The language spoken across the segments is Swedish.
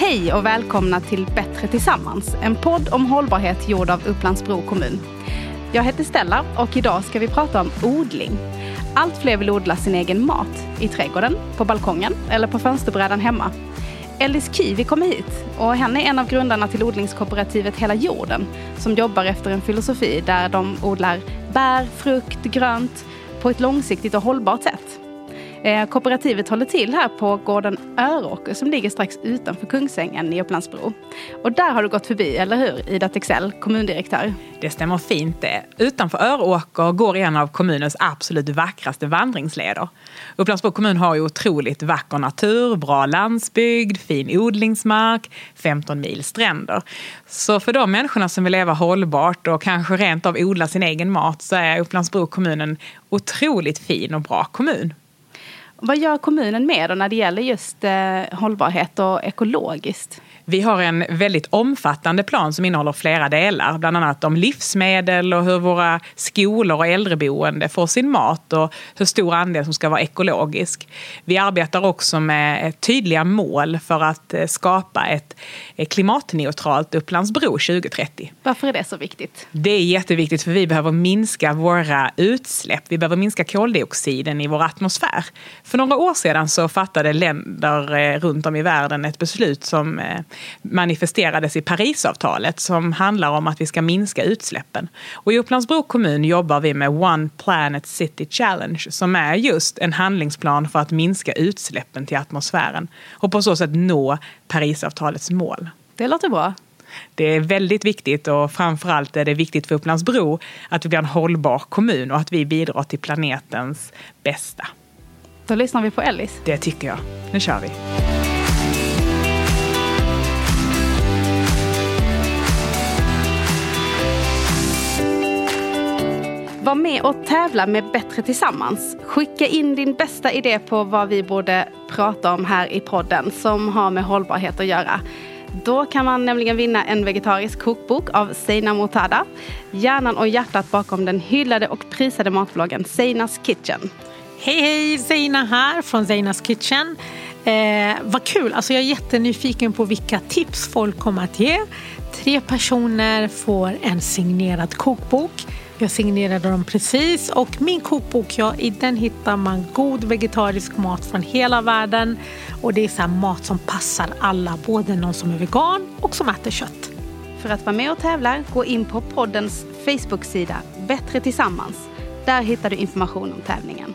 Hej och välkomna till Bättre tillsammans, en podd om hållbarhet gjord av Upplands-Bro kommun. Jag heter Stella och idag ska vi prata om odling. Allt fler vill odla sin egen mat, i trädgården, på balkongen eller på fönsterbrädan hemma. Ellis Kiwi kommer hit och henne är en av grundarna till odlingskooperativet Hela jorden som jobbar efter en filosofi där de odlar bär, frukt, grönt på ett långsiktigt och hållbart sätt. Kooperativet håller till här på gården Öråker som ligger strax utanför Kungsängen i Upplands-Bro. Och där har du gått förbi, eller hur, Ida Texell, kommundirektör? Det stämmer fint det. Utanför Öråker går en av kommunens absolut vackraste vandringsleder. Upplands-Bro kommun har ju otroligt vacker natur, bra landsbygd, fin odlingsmark, 15 mil stränder. Så för de människorna som vill leva hållbart och kanske rent av odla sin egen mat så är Upplands-Bro kommun en otroligt fin och bra kommun. Vad gör kommunen med då när det gäller just hållbarhet och ekologiskt? Vi har en väldigt omfattande plan som innehåller flera delar. Bland annat om livsmedel och hur våra skolor och äldreboende får sin mat och hur stor andel som ska vara ekologisk. Vi arbetar också med tydliga mål för att skapa ett klimatneutralt Upplands-Bro 2030. Varför är det så viktigt? Det är jätteviktigt för vi behöver minska våra utsläpp. Vi behöver minska koldioxiden i vår atmosfär. För några år sedan så fattade länder runt om i världen ett beslut som manifesterades i Parisavtalet som handlar om att vi ska minska utsläppen. Och i Upplands-Bro kommun jobbar vi med One Planet City Challenge som är just en handlingsplan för att minska utsläppen till atmosfären och på så sätt nå Parisavtalets mål. Det låter bra. Det är väldigt viktigt och framförallt är det viktigt för Upplands-Bro att vi blir en hållbar kommun och att vi bidrar till planetens bästa. Då lyssnar vi på Ellis. Det tycker jag. Nu kör vi. Var med och tävla med Bättre tillsammans. Skicka in din bästa idé på vad vi borde prata om här i podden som har med hållbarhet att göra. Då kan man nämligen vinna en vegetarisk kokbok av Seina Mortada. Hjärnan och hjärtat bakom den hyllade och prisade matbloggen Seinas Kitchen. Hej, Seina här från Seinas Kitchen. Vad kul, alltså jag är jättenyfiken på vilka tips folk kommer att ge. 3 personer får en signerad kokbok. Jag signerade dem precis och min kokbok, i den hittar man god vegetarisk mat från hela världen. Och det är så här mat som passar alla, både någon som är vegan och som äter kött. För att vara med och tävla, gå in på poddens Facebook-sida Bättre tillsammans. Där hittar du information om tävlingen.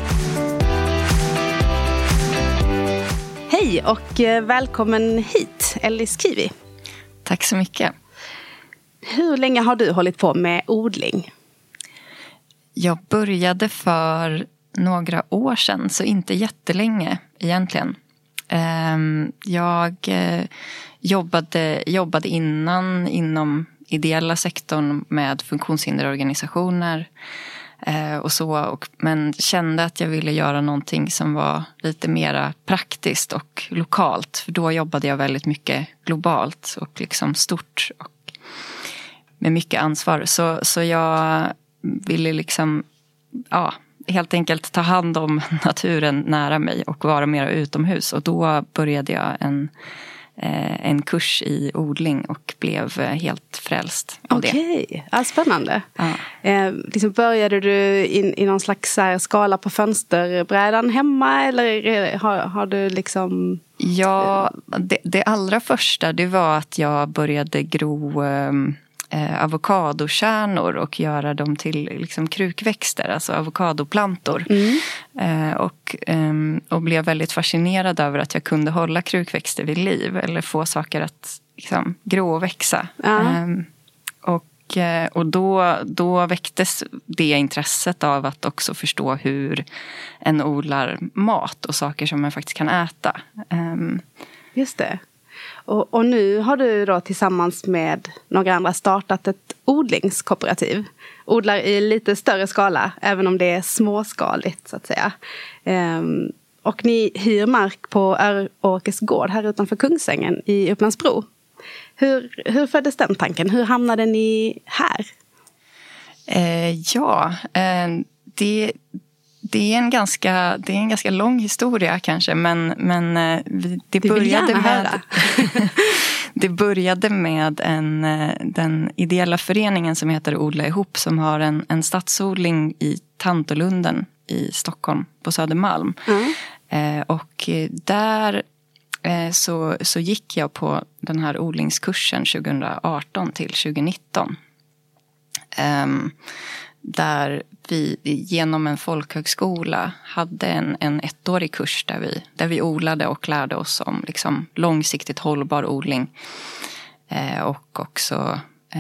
Hej och välkommen hit, Ellis Kiwi. Tack så mycket. Hur länge har du hållit på med odling? Jag började för några år sedan, så inte jättelänge egentligen. Jag jobbade innan inom ideella sektorn med funktionshinderorganisationer och så. Men kände att jag ville göra någonting som var lite mera praktiskt och lokalt. För då jobbade jag väldigt mycket globalt och liksom stort och med mycket ansvar. Så jag ville liksom, helt enkelt ta hand om naturen nära mig och vara mer utomhus. Och då började jag en kurs i odling och blev helt frälst av det. Okej, spännande. Ja. Liksom började du i någon slags skala på fönsterbrädan hemma eller har du liksom... Ja, det allra första det var att jag började gro avokadokärnor och göra dem till liksom krukväxter, alltså avokadoplantor. Och blev väldigt fascinerad över att jag kunde hålla krukväxter vid liv eller få saker att liksom gro och växa. Och då väcktes det intresset av att också förstå hur en odlar mat och saker som man faktiskt kan äta. Just det. Och nu har du då tillsammans med några andra startat ett odlingskooperativ. Odlar i lite större skala, även om det är småskaligt så att säga. Och ni hyr mark på Öråkers gård här utanför Kungsängen i Upplands-Bro. Hur föddes den tanken? Hur hamnade ni här? det är en ganska lång historia kanske, men det började med det började med den ideella föreningen som heter Odla ihop, som har en stadsodling i Tantolunden i Stockholm på Södermalm. Och där så gick jag på den här odlingskursen 2018 till 2019. Där vi genom en folkhögskola hade en ettårig kurs där vi odlade och lärde oss om liksom långsiktigt hållbar odling. Och också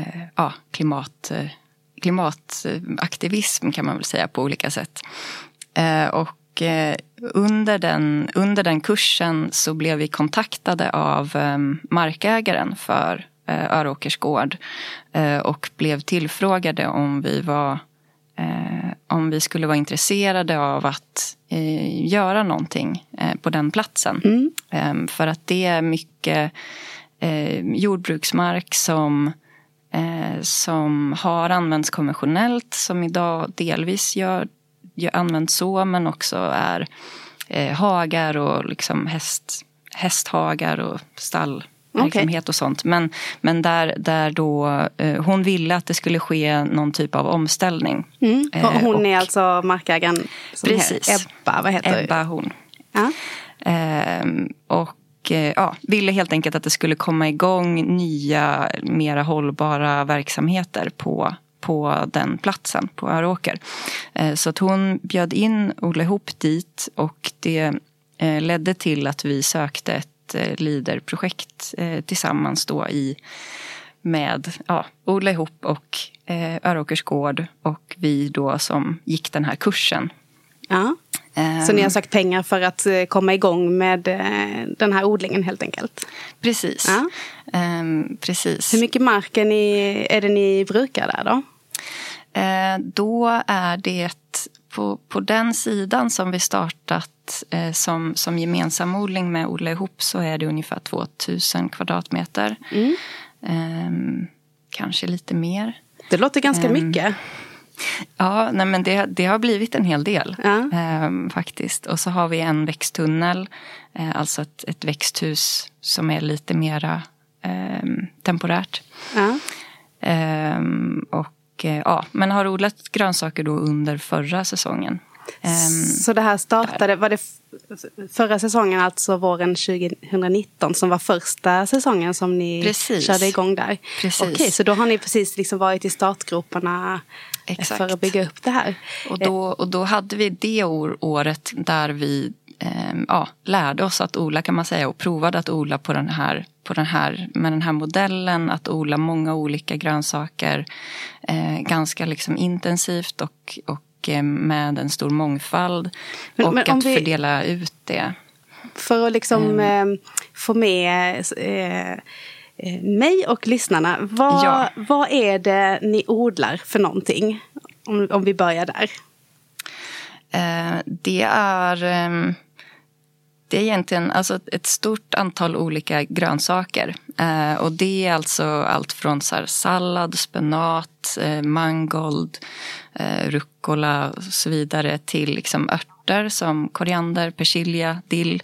klimataktivism kan man väl säga på olika sätt. Och under den kursen så blev vi kontaktade av markägaren för Öråkers gård och blev tillfrågade om vi skulle vara intresserade av att göra någonting på den platsen. För att det är mycket jordbruksmark som har använts konventionellt, som idag delvis används så, men också är hagar och liksom hästhagar och stallverksamhet och sånt. Men där då hon ville att det skulle ske någon typ av omställning. Och hon är alltså markägaren som precis. Ebba, vad heter Ebba hon. Ja. Och ville helt enkelt att det skulle komma igång nya, mera hållbara verksamheter på den platsen, på Öråker. Så att hon bjöd in Odla ihop dit, och det ledde till att vi sökte ett LEADER-projekt tillsammans då med Odla ihop och Öråkers gård, och vi då som gick den här kursen. Ja. Så ni har sökt pengar för att komma igång med den här odlingen helt enkelt? Precis. Ja. Precis. Hur mycket mark är det ni brukar där då? Då är det på den sidan som vi startat som gemensamodling med Odla ihop, så är det ungefär 2000 kvadratmeter. Kanske lite mer. Det låter ganska mycket. Ja, nej, men det har blivit en hel del faktiskt. Och så har vi en växttunnel, alltså ett växthus som är lite mera temporärt. Men har odlat grönsaker då under förra säsongen. Så det här startade, var det förra säsongen, alltså våren 2019, som var första säsongen som ni körde igång där? Precis. Okej, så då har ni precis liksom varit i startgroparna. Exakt. För att bygga upp det här. Och då hade vi det året där vi lärde oss att odla, kan man säga, och provade att odla på den här med den här modellen, att odla många olika grönsaker ganska liksom intensivt och med en stor mångfald, och men att fördela ut det. För att liksom få med mig och lyssnarna, vad är det ni odlar för någonting? Om vi börjar där. Det är egentligen alltså ett stort antal olika grönsaker. Och det är alltså allt från sallad, spenat, mangold, rucola och så vidare, till liksom örter som koriander, persilja, dill.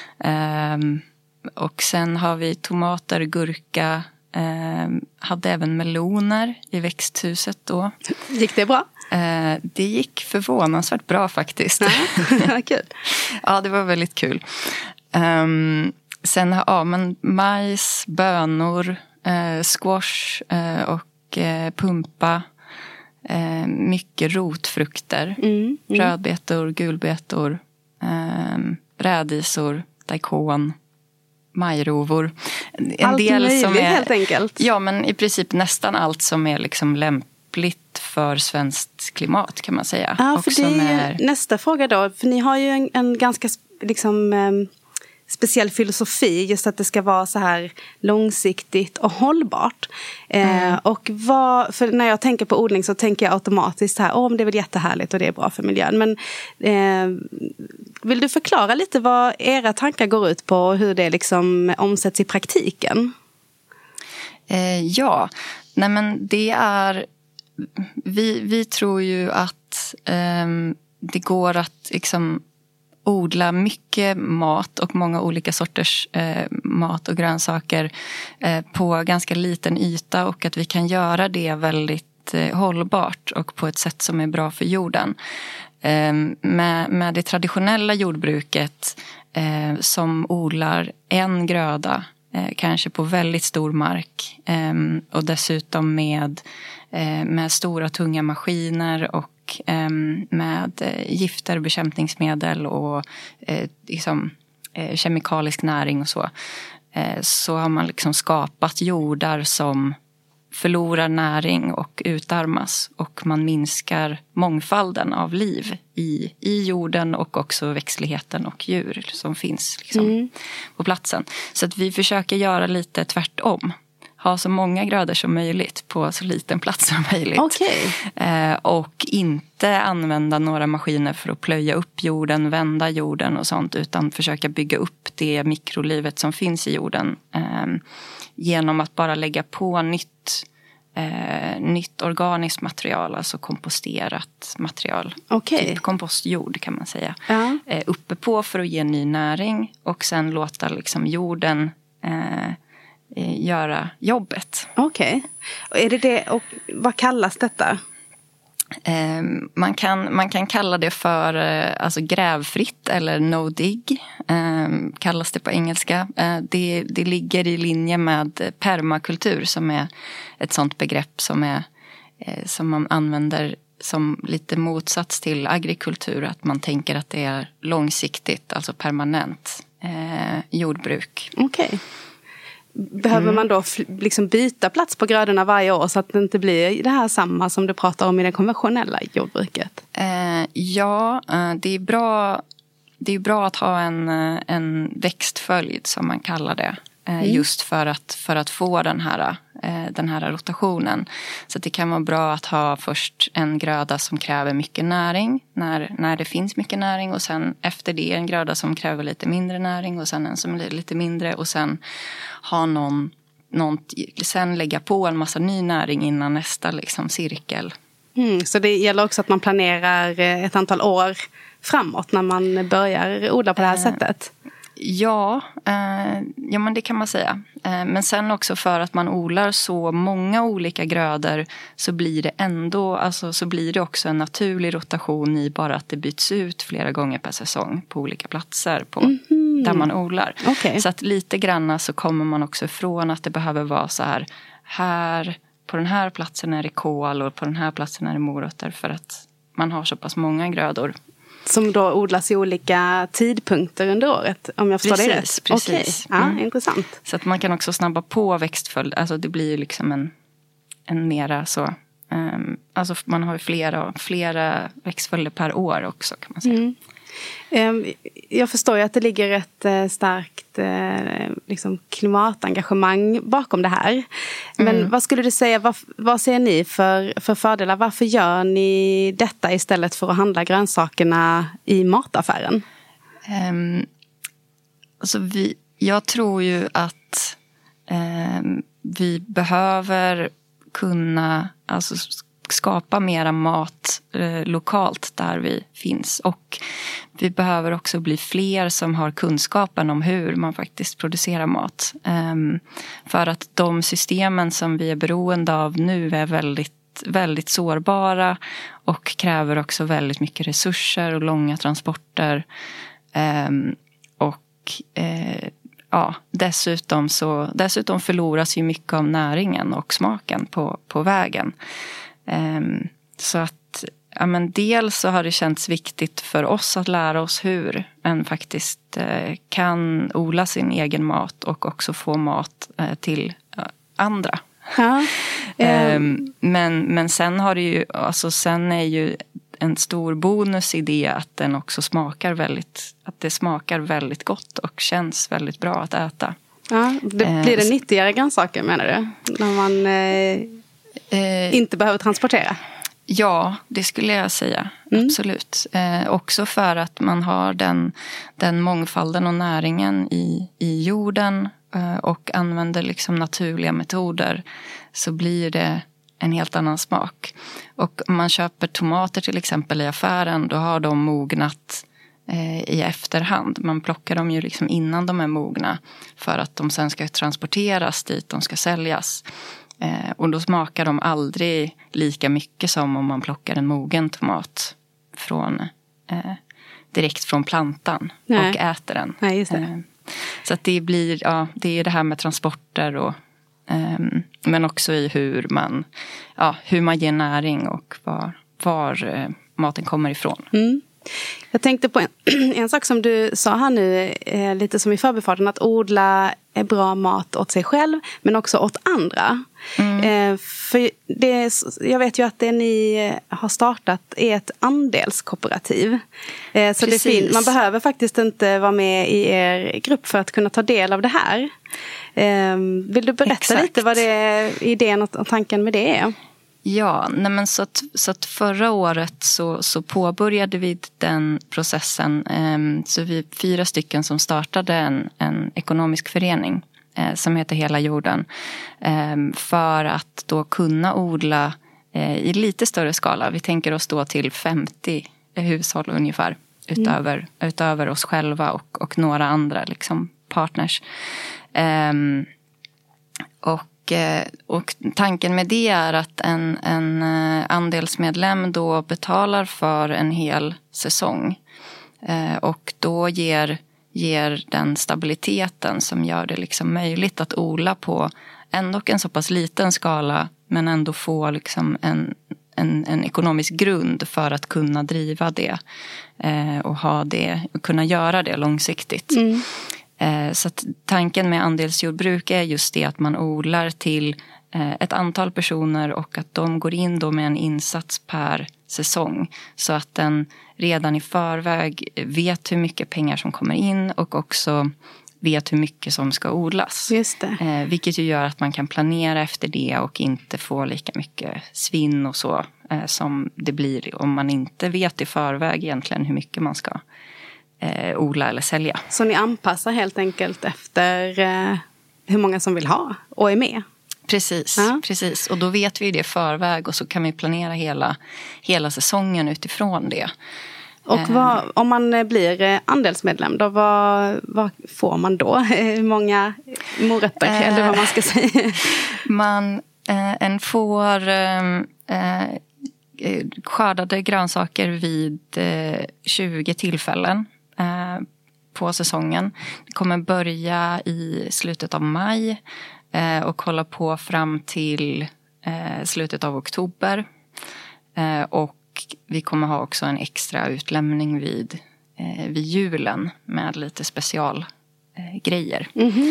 Och sen har vi tomater, gurka, hade även meloner i växthuset då. Gick det bra? Det gick förvånansvärt bra faktiskt. Ja, kul. Ja, det var väldigt kul. Sen men majs, bönor, squash och pumpa. Mycket rotfrukter. Rödbetor, gulbetor, rädisor, daikon, majrovor. Allt möjligt helt enkelt. Ja, men i princip nästan allt som är liksom lämpligt för svenskt klimat, kan man säga. Ja, för det är nästa fråga då. För ni har ju en ganska liksom speciell filosofi, just att det ska vara så här långsiktigt och hållbart. Och för när jag tänker på odling så tänker jag automatiskt här, det är väl jättehärligt och det är bra för miljön. Men vill du förklara lite vad era tankar går ut på och hur det liksom omsätts i praktiken? Ja, men det är... Vi tror ju att det går att liksom odla mycket mat och många olika sorters mat och grönsaker på ganska liten yta, och att vi kan göra det väldigt hållbart och på ett sätt som är bra för jorden. Med det traditionella jordbruket som odlar en gröda kanske på väldigt stor mark och dessutom med stora tunga maskiner och med gifter, bekämpningsmedel och liksom, kemikalisk näring och så har man liksom skapat jordar som förlorar näring och utarmas, och man minskar mångfalden av liv i jorden och också växtligheten och djur som finns liksom på platsen. Så att vi försöker göra lite tvärtom. Ha så många grödor som möjligt på så liten plats som möjligt. Okay. Och inte använda några maskiner för att plöja upp jorden, vända jorden och sånt, utan försöka bygga upp det mikrolivet som finns i jorden genom att bara lägga på nytt organiskt material, alltså komposterat material. Okay. Typ kompostjord kan man säga. Ja. Uppe på för att ge ny näring, och sen låta liksom jorden göra jobbet. Okej. Och är det, och vad kallas detta? Man kan kalla det för alltså grävfritt eller no-dig, kallas det på engelska. Det ligger i linje med permakultur, som är ett sånt begrepp som man använder som lite motsats till agrikultur, att man tänker att det är långsiktigt, alltså permanent jordbruk. Okej. Behöver man då liksom byta plats på grödorna varje år så att det inte blir det här samma som du pratar om i det konventionella jordbruket? Ja, det är bra att ha en växtföljd som man kallar det. Just för att få den här rotationen. Så det kan vara bra att ha först en gröda som kräver mycket näring när det finns mycket näring, och sen efter det en gröda som kräver lite mindre näring, och sen en som är lite mindre, och sen ha sen lägga på en massa ny näring innan nästa liksom cirkel. Så det gäller också att man planerar ett antal år framåt när man börjar odla på det här sättet? Ja, men det kan man säga. Men sen också för att man odlar så många olika grödor så blir det så blir det också en naturlig rotation i bara att det byts ut flera gånger per säsong på olika platser där man odlar. Okay. Så att lite granna så kommer man också ifrån att det behöver vara så här på den här platsen är det kål och på den här platsen är det morötter, för att man har så pass många grödor. Som då odlas i olika tidpunkter under året, om jag förstår det rätt. Precis. Okay. Ja, intressant. Så att man kan också snabba på växtföljd. Alltså det blir liksom en mera så... alltså man har ju flera växtföljder per år också, kan man säga. Jag förstår ju att det ligger ett starkt liksom klimatengagemang bakom det här. Men vad skulle du säga, vad ser ni för fördelar? Varför gör ni detta istället för att handla grönsakerna i mataffären? Alltså jag tror ju att vi behöver kunna skapa mera mat lokalt där vi finns, och vi behöver också bli fler som har kunskapen om hur man faktiskt producerar mat. För att de systemen som vi är beroende av nu är väldigt, väldigt sårbara och kräver också väldigt mycket resurser och långa transporter. Dessutom förloras ju mycket av näringen och smaken på vägen. Så att dels så har det känts viktigt för oss att lära oss hur en faktiskt kan odla sin egen mat och också få mat till andra. Ja. Men sen har det ju, sen är ju en stor bonus i det att den också smakar väldigt gott och känns väldigt bra att äta. Ja, blir det nyttigare grönsaker, menar du? När man inte behöver transportera? Ja, det skulle jag säga. Absolut. Också för att man har den mångfalden och näringen i jorden och använder liksom naturliga metoder, så blir det en helt annan smak. Och om man köper tomater till exempel i affären, då har de mognat i efterhand. Man plockar dem ju liksom innan de är mogna för att de sen ska transporteras dit de ska säljas. Och då smakar de aldrig lika mycket som om man plockar en mogen tomat direkt från plantan. Nej. Och äter den. Nej, just det. Så att det blir, det är det här med transporter och men också i hur man ger näring och var maten kommer ifrån. Mm. Jag tänkte på en sak som du sa här nu, lite som i förbifarten, att odla är bra mat åt sig själv men också åt andra. För jag vet ju att det ni har startat är ett andelskooperativ. Så man behöver faktiskt inte vara med i er grupp för att kunna ta del av det här. Vill du berätta lite vad det är, idén och tanken med det är? Ja, men så att förra året så påbörjade vi den processen. Så vi 4 stycken som startade en ekonomisk förening som heter Hela jorden. För att då kunna odla i lite större skala. Vi tänker oss då till 50 hushåll ungefär. Utöver oss själva och några andra liksom partners. Och tanken med det är att en andelsmedlem då betalar för en hel säsong. Och då ger den stabiliteten som gör det liksom möjligt att odla på ändå en så pass liten skala, men ändå få liksom en ekonomisk grund för att kunna driva det och kunna göra det långsiktigt. Så att tanken med andelsjordbruk är just det att man odlar till ett antal personer och att de går in då med en insats per säsong. Så att den redan i förväg vet hur mycket pengar som kommer in och också vet hur mycket som ska odlas. Just det. Vilket ju gör att man kan planera efter det och inte få lika mycket svinn och så som det blir om man inte vet i förväg egentligen hur mycket man ska odla eller sälja. Så ni anpassar helt enkelt efter hur många som vill ha och är med? Precis. Och då vet vi det i förväg och så kan vi planera hela säsongen utifrån det. Och om man blir andelsmedlem då, vad får man då? Hur många morötter eller vad man ska säga? En får skördade grönsaker vid 20 tillfällen på säsongen. Det kommer börja i slutet av maj och hålla på fram till slutet av oktober. Och vi kommer ha också en extra utlämning vid julen med lite specialgrejer.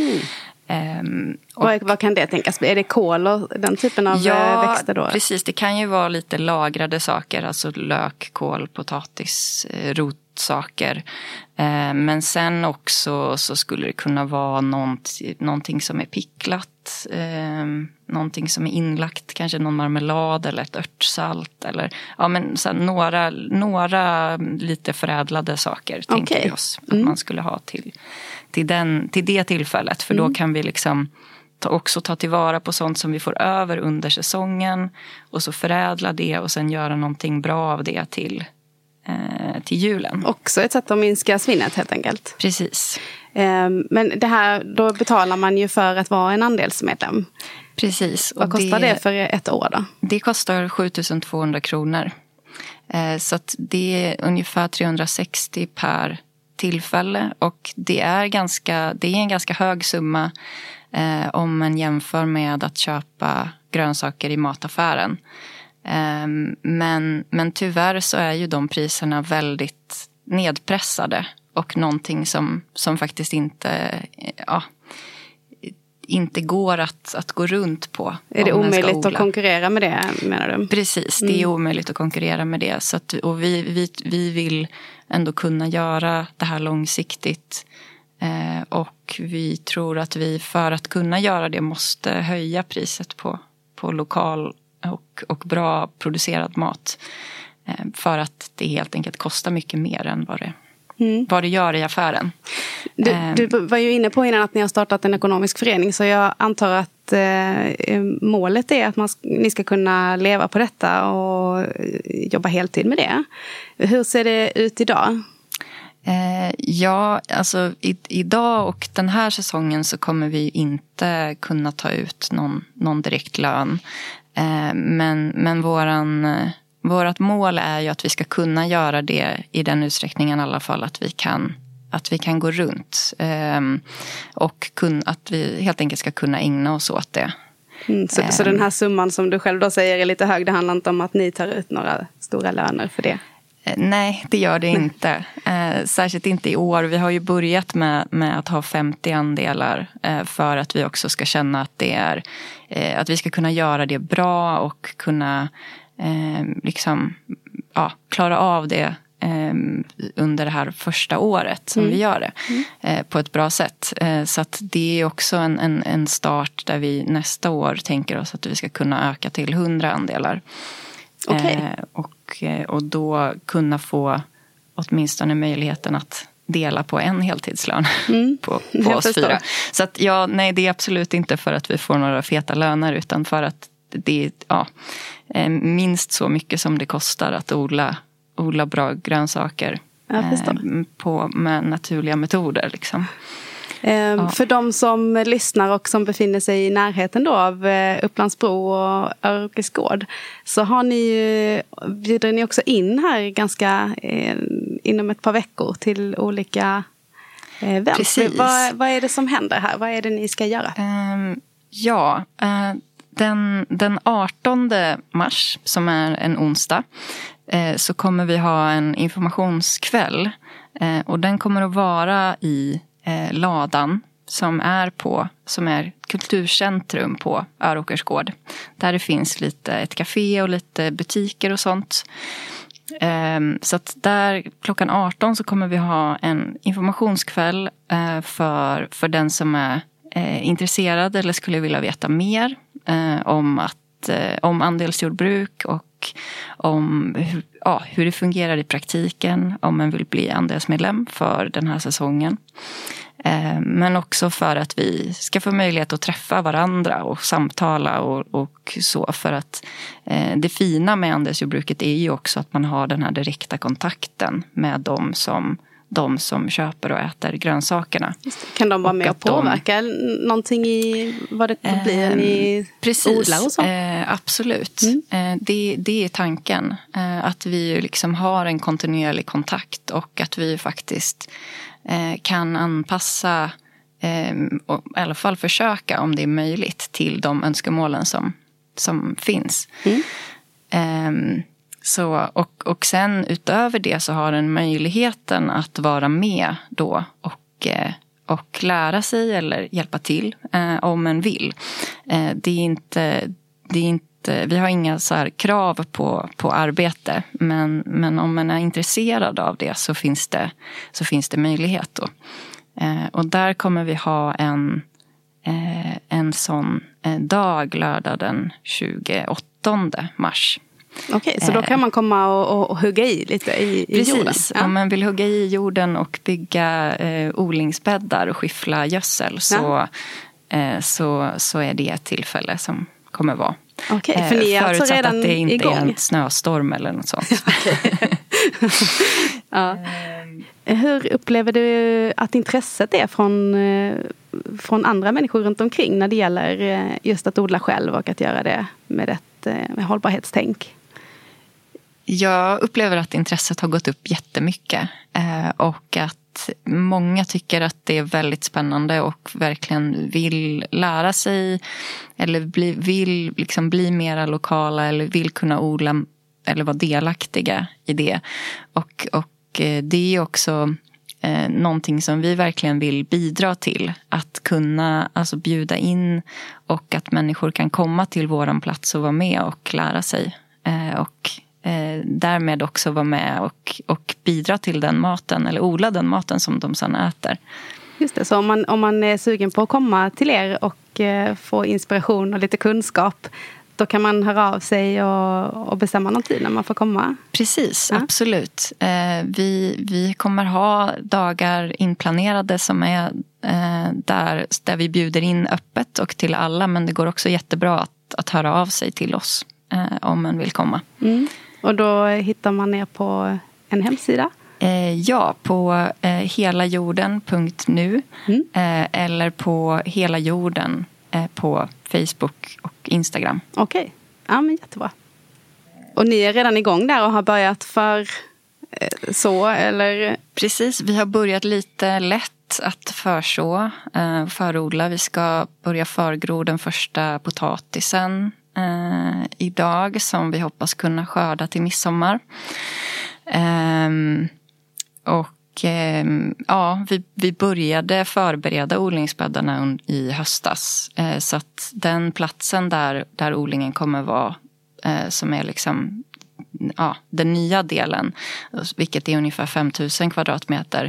Vad kan det tänkas bli? Är det kål och den typen av växter då? Ja, precis. Det kan ju vara lite lagrade saker. Alltså lök, kål, potatis, rotsaker. Men sen också så skulle det kunna vara någonting som är picklat. Någonting som är inlagt. Kanske någon marmelad eller ett örtsalt. Eller, men så några lite förädlade saker tänker vi oss. Att man skulle ha till det tillfället. För då kan vi liksom också ta tillvara på sånt som vi får över under säsongen. Och så förädla det och sen göra någonting bra av det till julen. Också ett sätt att minska svinnet helt enkelt. Precis. Men det här, då betalar man ju för att vara en andelsmedlem. Precis. Vad kostar det för ett år då? Det kostar 7 200 kronor. Så att det är ungefär 360 per tillfälle. Och det är en ganska hög summa om man jämför med att köpa grönsaker i mataffären. Men tyvärr så är ju de priserna väldigt nedpressade och någonting som faktiskt inte går att gå runt på. Är det omöjligt att konkurrera med det, menar du? Precis, det är omöjligt att konkurrera med det. Så att, och vi vill ändå kunna göra det här långsiktigt. Och vi tror att vi för att kunna göra det måste höja priset på lokal och bra producerad mat. För att det helt enkelt kostar mycket mer än vad det gör i affären. Du var ju inne på innan att ni har startat en ekonomisk förening, så jag antar att målet är att ni ska kunna leva på detta och jobba heltid med det. Hur ser det ut idag? Ja, alltså idag och den här säsongen så kommer vi inte kunna ta ut någon direkt lön. Men vårat mål är ju att vi ska kunna göra det i den utsträckningen i alla fall att vi kan gå runt. Och att vi helt enkelt ska kunna ägna oss åt det. Så den här summan som du själv då säger är lite hög, det handlar inte om att ni tar ut några stora löner för det? Nej, det gör det inte. Särskilt inte i år. Vi har ju börjat med att ha 50 andelar för att vi också ska känna att det är att vi ska kunna göra det bra och kunna klara av det under det här första året som vi gör det på ett bra sätt. Så att det är också en start där vi nästa år tänker oss att vi ska kunna öka till 100 andelar. Okay. Och då kunna få åtminstone möjligheten att dela på en heltidslön på oss 4. Så att det är absolut inte för att vi får några feta löner, utan för att det är minst så mycket som det kostar att odla bra grönsaker med naturliga metoder liksom. För de som lyssnar och som befinner sig i närheten då av Upplands-Bro och Örkesgård, så bjuder ni också in här ganska inom ett par veckor till olika event. Precis. Vad är det som händer här? Vad är det ni ska göra? Den 18 mars, som är en onsdag, så kommer vi ha en informationskväll. Och den kommer att vara i Ladan som är kulturcentrum på Öråkersgård. Där det finns ett café och lite butiker och sånt. Så att där klockan 18 så kommer vi ha en informationskväll för den som är intresserad eller skulle vilja veta mer om andelsjordbruk och om hur det fungerar i praktiken om man vill bli andelsmedlem för den här säsongen. Men också för att vi ska få möjlighet att träffa varandra och samtala och så, för att det fina med andelsjordbruket är ju också att man har den här direkta kontakten med de som köper och äter grönsakerna. Kan de vara med och påverka någonting i vad det blir ni odlar och så? Absolut. Det är tanken. Att vi liksom har en kontinuerlig kontakt och att vi faktiskt kan anpassa och i alla fall försöka, om det är möjligt, till de önskemålen som finns. Så, och sen utöver det så har den möjligheten att vara med då och lära sig eller hjälpa till om man vill. Det är inte, vi har inga så här krav på arbete, men om man är intresserad av det så finns det möjlighet då. Och där kommer vi ha en sån dag lördag den 28 mars. Okej, så då kan man komma och hugga i lite i jorden? Precis, om man vill hugga i jorden och bygga odlingsbäddar och skyffla gödsel så är det ett tillfälle som kommer vara. Okej, för ni är alltså redan att det inte igång. är en snöstorm eller något sånt. Ja. Hur upplever du att intresset är från andra människor runt omkring när det gäller just att odla själv och att göra det med hållbarhetstänk? Jag upplever att intresset har gått upp jättemycket och att många tycker att det är väldigt spännande och verkligen vill lära sig eller vill liksom bli mera lokala eller vill kunna odla eller vara delaktiga i det. Och det är också någonting som vi verkligen vill bidra till, att kunna bjuda in och att människor kan komma till våran plats och vara med och lära sig och därmed också vara med och bidra till den maten eller odla den maten som de sedan äter. Just det, så om man är sugen på att komma till er och få inspiration och lite kunskap, då kan man höra av sig och bestämma någon tid när man får komma. Precis, absolut. Vi kommer ha dagar inplanerade som är där vi bjuder in öppet och till alla. Men det går också jättebra att höra av sig till oss om man vill komma. Och då hittar man er på en hemsida? Ja, på helajorden.nu eller på Hela jorden på Facebook och Instagram. Okej, ja men jättebra. Och ni är redan igång där och har börjat så eller? Precis, vi har börjat lite lätt att förodla. Vi ska börja förgro den första potatisen idag som vi hoppas kunna skörda till midsommar. Vi började förbereda odlingsbäddarna i höstas. Så att den platsen där odlingen kommer vara, som är liksom den nya delen, vilket är ungefär 5000 kvadratmeter,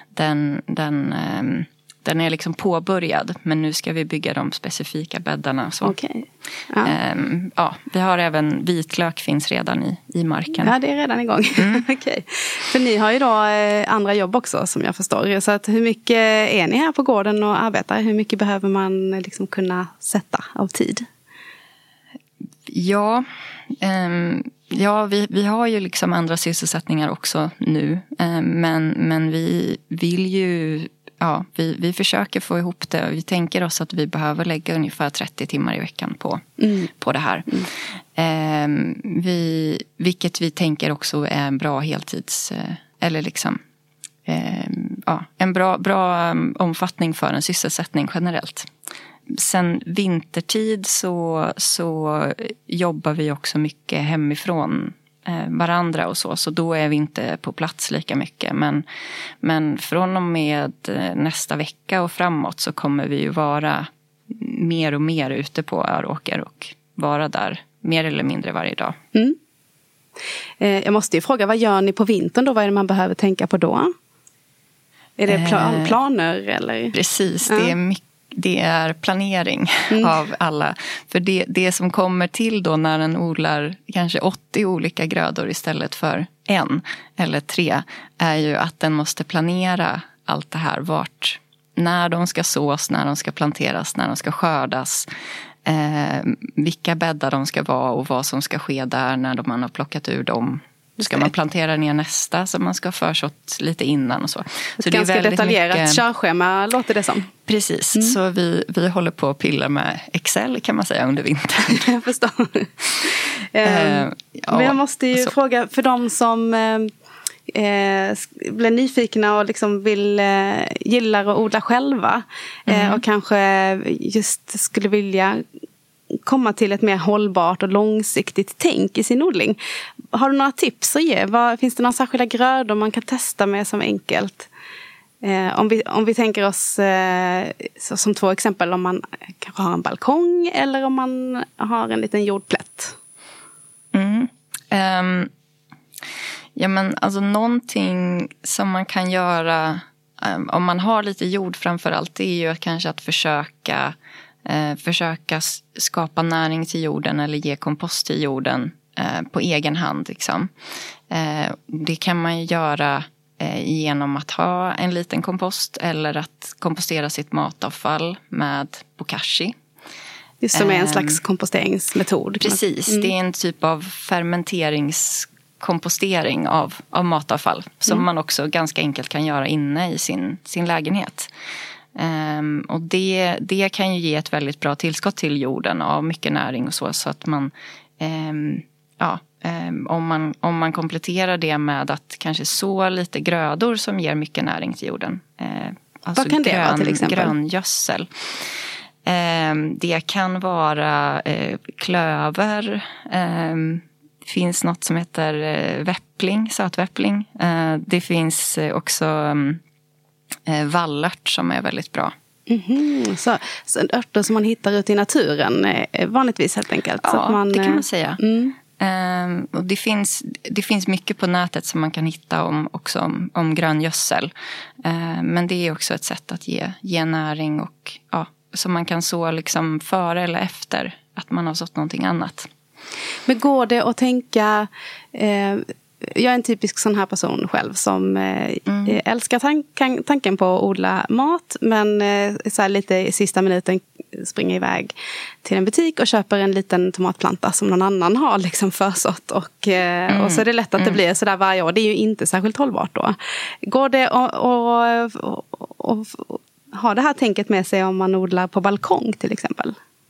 den är liksom påbörjad, men nu ska vi bygga de specifika bäddarna. Okej. Vi har även vitlök finns redan i marken. Ja, det är redan igång. Okej. För ni har ju då andra jobb också som jag förstår. Så att hur mycket är ni här på gården och arbetar? Hur mycket behöver man liksom kunna sätta av tid? Vi har ju liksom andra sysselsättningar också nu. Men vi vill ju... Ja, vi försöker få ihop det. Vi tänker oss att vi behöver lägga ungefär 30 timmar i veckan på det här. Vilket vi tänker också är en bra heltids... Eller liksom... en bra omfattning för en sysselsättning generellt. Sen vintertid så jobbar vi också mycket hemifrån varandra och så då är vi inte på plats lika mycket. Men från och med nästa vecka och framåt så kommer vi ju vara mer och mer ute på Öråker och vara där mer eller mindre varje dag. Jag måste ju fråga, vad gör ni på vintern då? Vad är det man behöver tänka på då? Är det planer eller? Precis, det är planering av alla. För det som kommer till då när en odlar kanske 80 olika grödor istället för 1 eller 3 är ju att den måste planera allt det här. När de ska sås, när de ska planteras, när de ska skördas. Vilka bäddar de ska vara och vad som ska ske där när man har plockat ur dem. Ska man plantera ner nästa så man ska ha försått lite innan och så. Så det är ganska detaljerat körschema låter det som. Precis, så vi håller på att pilla med Excel kan man säga under vintern. Jag förstår. Men jag måste ju fråga för de som blir nyfikna och liksom gillar att odla själva och kanske just skulle vilja komma till ett mer hållbart och långsiktigt tänk i sin odling. Har du några tips att ge? Finns det några särskilda grödor man kan testa med som enkelt? Om vi tänker oss som 2 exempel, om man kanske har en balkong eller om man har en liten jordplätt. Alltså någonting som man kan göra om man har lite jord framförallt, det är ju kanske att försöka skapa näring till jorden eller ge kompost till jorden på egen hand. Liksom. Det kan man ju göra genom att ha en liten kompost eller att kompostera sitt matavfall med bokashi. Det som är en slags komposteringsmetod. Precis, det är en typ av fermenteringskompostering av matavfall som man också ganska enkelt kan göra inne i sin lägenhet. Och det kan ju ge ett väldigt bra tillskott till jorden av mycket näring och så att man om man kompletterar det med att kanske så lite grödor som ger mycket näring till jorden. Alltså vad kan det vara till exempel? Gröngödsel. Det kan vara klöver. Finns något som heter sötväppling. Det finns också vallört som är väldigt bra. Så örter som man hittar ute i naturen vanligtvis helt enkelt. Ja, så att man, det kan man säga. Och det finns mycket på nätet som man kan hitta om gröngödsel. Men det är också ett sätt att ge näring och så man kan så liksom före eller efter att man har sått någonting annat. Men går det att tänka... jag är en typisk sån här person själv som älskar tanken på att odla mat. Men så här lite i sista minuten springer iväg till en butik och köper en liten tomatplanta som någon annan har liksom försått. Och så är det lätt att det blir sådär varje år. Det är ju inte särskilt hållbart då. Går det att ha det här tänket med sig om man odlar på balkong till exempel?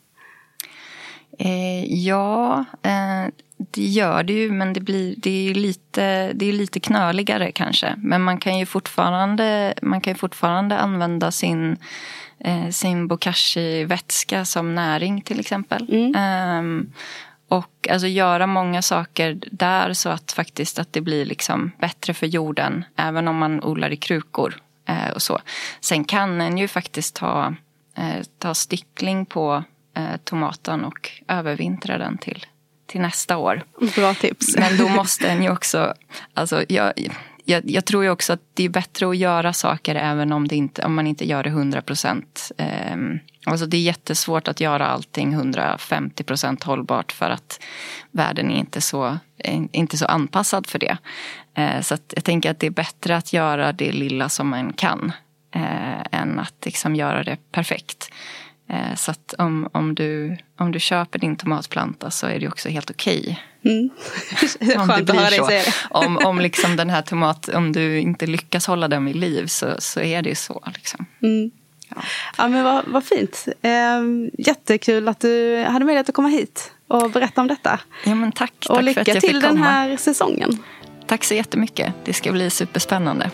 Det gör det ju, men det är lite knöligare kanske. Men man kan ju fortfarande använda sin bokashi-vätska som näring till exempel. Och alltså göra många saker där så att faktiskt att det blir liksom bättre för jorden, även om man odlar i krukor och så. Sen kan en ju faktiskt ta stickling på tomaten och övervintra den till nästa år. Bra tips. Men då måste en ju också... Alltså jag tror ju också att det är bättre att göra saker även om man inte gör det 100%. Alltså det är jättesvårt att göra allting 150% hållbart för att världen är inte så anpassad för det. Så att jag tänker att det är bättre att göra det lilla som man kan än att liksom göra det perfekt. Så att om du köper din tomatplanta så är det också helt okej. Om det blir så. Om liksom den här om du inte lyckas hålla den vid liv så är det ju så liksom. Ja men vad fint. Jättekul att du hade möjlighet att komma hit och berätta om detta. Ja men tack och lycka för att jag fick till komma. Den här säsongen. Tack så jättemycket. Det ska bli superspännande.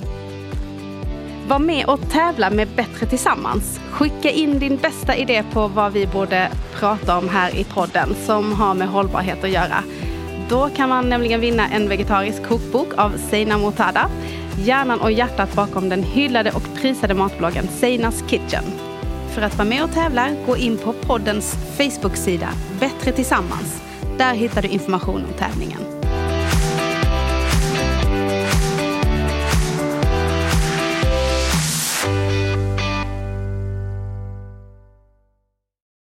Var med och tävla med Bättre tillsammans. Skicka in din bästa idé på vad vi borde prata om här i podden som har med hållbarhet att göra. Då kan man nämligen vinna en vegetarisk kokbok av Seina Mortada. Hjärnan och hjärtat bakom den hyllade och prisade matbloggen Seinas Kitchen. För att vara med och tävla, gå in på poddens Facebook-sida Bättre tillsammans. Där hittar du information om tävlingen.